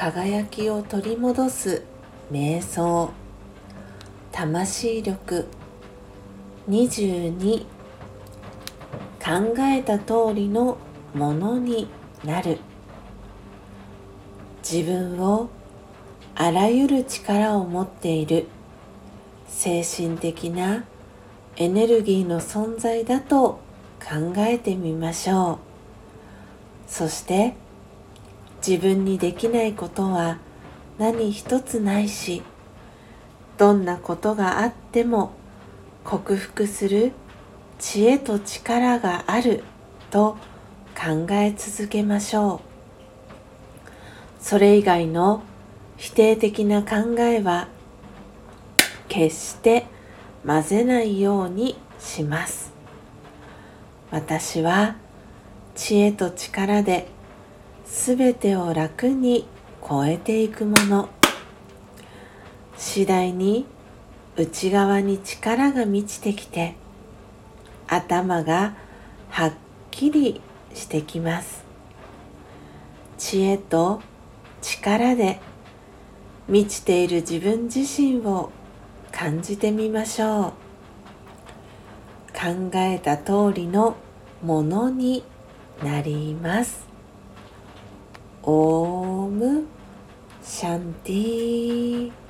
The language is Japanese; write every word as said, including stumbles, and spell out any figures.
輝きを取り戻す瞑想。魂力にじゅうに。考えた通りのものになる。自分をあらゆる力を持っている精神的なエネルギーの存在だと考えてみましょう。そして自分にできないことは何一つないし、どんなことがあっても克服する知恵と力があると考え続けましょう。それ以外の否定的な考えは決して混ぜないようにします。私は知恵と力で全てを楽に超えていくもの。次第に内側に力が満ちてきて、頭がはっきりしてきます。知恵と力で満ちている自分自身を感じてみましょう。考えた通りのものになります。オームシャンティー。